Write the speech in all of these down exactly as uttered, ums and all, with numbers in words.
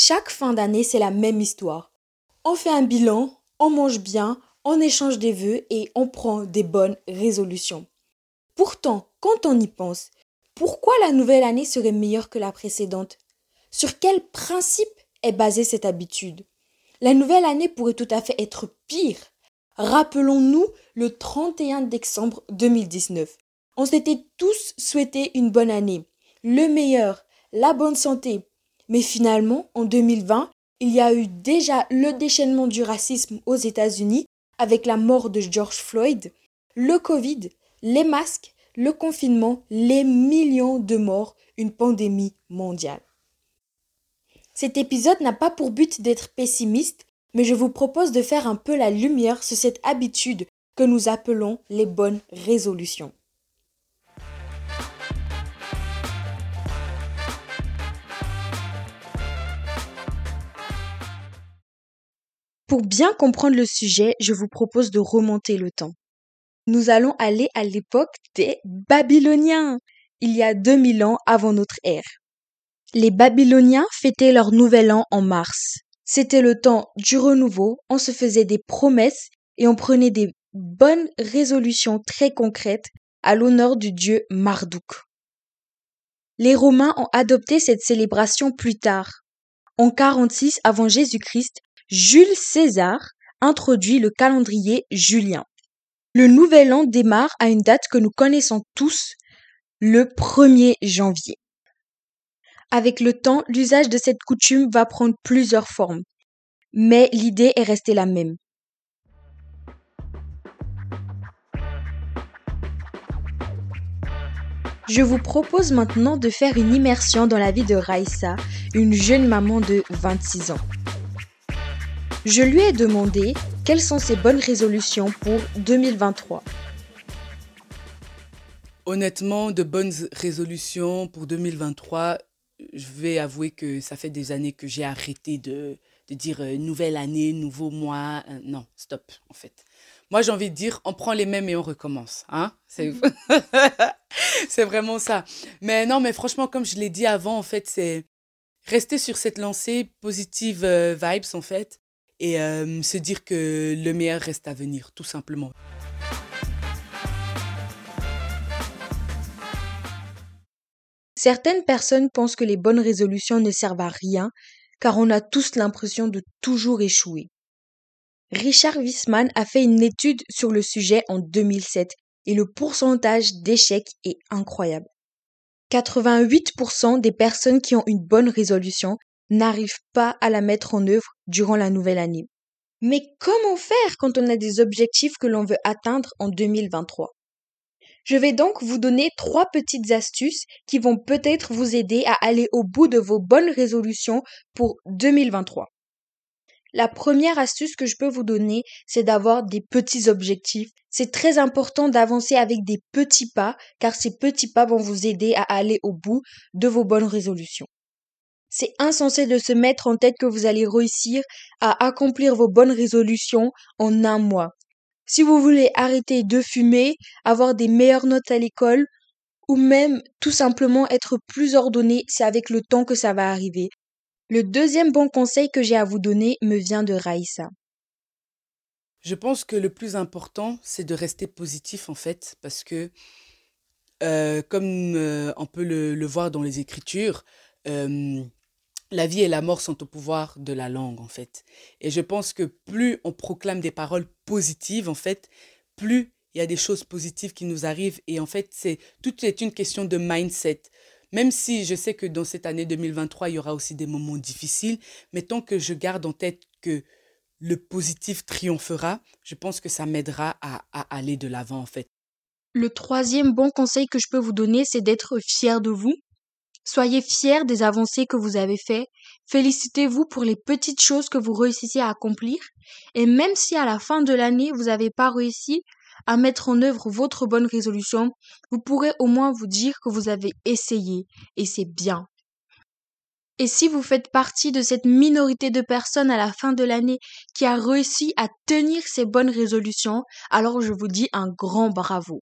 Chaque fin d'année, c'est la même histoire. On fait un bilan, on mange bien, on échange des vœux et on prend des bonnes résolutions. Pourtant, quand on y pense, pourquoi la nouvelle année serait meilleure que la précédente? Sur quel principe est basée cette habitude? La nouvelle année pourrait tout à fait être pire. Rappelons-nous le trente et un décembre deux mille dix-neuf. On s'était tous souhaité une bonne année, le meilleur, la bonne santé. Mais finalement, en deux mille vingt, il y a eu déjà le déchaînement du racisme aux États-Unis avec la mort de George Floyd, le Covid, les masques, le confinement, les millions de morts, une pandémie mondiale. Cet épisode n'a pas pour but d'être pessimiste, mais je vous propose de faire un peu la lumière sur cette habitude que nous appelons les bonnes résolutions. Pour bien comprendre le sujet, je vous propose de remonter le temps. Nous allons aller à l'époque des Babyloniens, il y a deux mille ans avant notre ère. Les Babyloniens fêtaient leur nouvel an en mars. C'était le temps du renouveau, on se faisait des promesses et on prenait des bonnes résolutions très concrètes à l'honneur du dieu Marduk. Les Romains ont adopté cette célébration plus tard. En quarante-six avant Jésus-Christ, Jules César introduit le calendrier julien. Le nouvel an démarre à une date que nous connaissons tous, le premier janvier. Avec le temps, l'usage de cette coutume va prendre plusieurs formes, mais l'idée est restée la même. Je vous propose maintenant de faire une immersion dans la vie de Raïssa, une jeune maman de vingt-six ans. Je lui ai demandé quelles sont ses bonnes résolutions pour deux mille vingt-trois. Honnêtement, de bonnes résolutions pour deux mille vingt-trois, je vais avouer que ça fait des années que j'ai arrêté de, de dire euh, nouvelle année, nouveau mois. Euh, non, stop, en fait. Moi, j'ai envie de dire, on prend les mêmes et on recommence. Hein? C'est... c'est vraiment ça. Mais non, mais franchement, comme je l'ai dit avant, en fait, c'est rester sur cette lancée positive euh, vibes, en fait, et euh, se dire que le meilleur reste à venir, tout simplement. Certaines personnes pensent que les bonnes résolutions ne servent à rien, car on a tous l'impression de toujours échouer. Richard Wiseman a fait une étude sur le sujet en deux mille sept et le pourcentage d'échecs est incroyable. quatre-vingt-huit pour cent des personnes qui ont une bonne résolution n'arrivent pas à la mettre en œuvre durant la nouvelle année. Mais comment faire quand on a des objectifs que l'on veut atteindre en deux mille vingt-trois? Je vais donc vous donner trois petites astuces qui vont peut-être vous aider à aller au bout de vos bonnes résolutions pour deux mille vingt-trois. La première astuce que je peux vous donner, c'est d'avoir des petits objectifs. C'est très important d'avancer avec des petits pas, car ces petits pas vont vous aider à aller au bout de vos bonnes résolutions. C'est insensé de se mettre en tête que vous allez réussir à accomplir vos bonnes résolutions en un mois. Si vous voulez arrêter de fumer, avoir des meilleures notes à l'école, ou même tout simplement être plus ordonné, c'est avec le temps que ça va arriver. Le deuxième bon conseil que j'ai à vous donner me vient de Raïssa. Je pense que le plus important, c'est de rester positif, en fait, parce que, euh, comme euh, on peut le, le voir dans les Écritures, euh, la vie et la mort sont au pouvoir de la langue, en fait. Et je pense que plus on proclame des paroles positives, en fait, plus il y a des choses positives qui nous arrivent. Et en fait, c'est, tout est une question de mindset. Même si je sais que dans cette année deux mille vingt-trois, il y aura aussi des moments difficiles, mais tant que je garde en tête que le positif triomphera, je pense que ça m'aidera à, à aller de l'avant, en fait. Le troisième bon conseil que je peux vous donner, c'est d'être fier de vous. Soyez fiers des avancées que vous avez faites. Félicitez-vous pour les petites choses que vous réussissez à accomplir. Et même si à la fin de l'année, vous n'avez pas réussi à mettre en œuvre votre bonne résolution, vous pourrez au moins vous dire que vous avez essayé. Et c'est bien. Et si vous faites partie de cette minorité de personnes à la fin de l'année qui a réussi à tenir ces bonnes résolutions, alors je vous dis un grand bravo.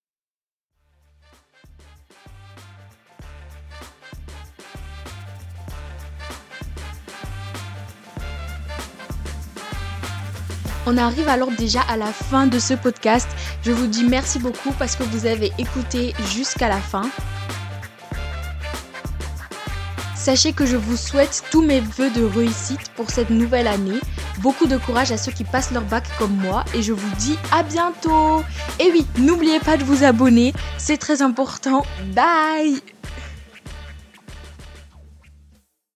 On arrive alors déjà à la fin de ce podcast. Je vous dis merci beaucoup parce que vous avez écouté jusqu'à la fin. Sachez que je vous souhaite tous mes vœux de réussite pour cette nouvelle année. Beaucoup de courage à ceux qui passent leur bac comme moi et je vous dis à bientôt. Et oui, n'oubliez pas de vous abonner, c'est très important. Bye!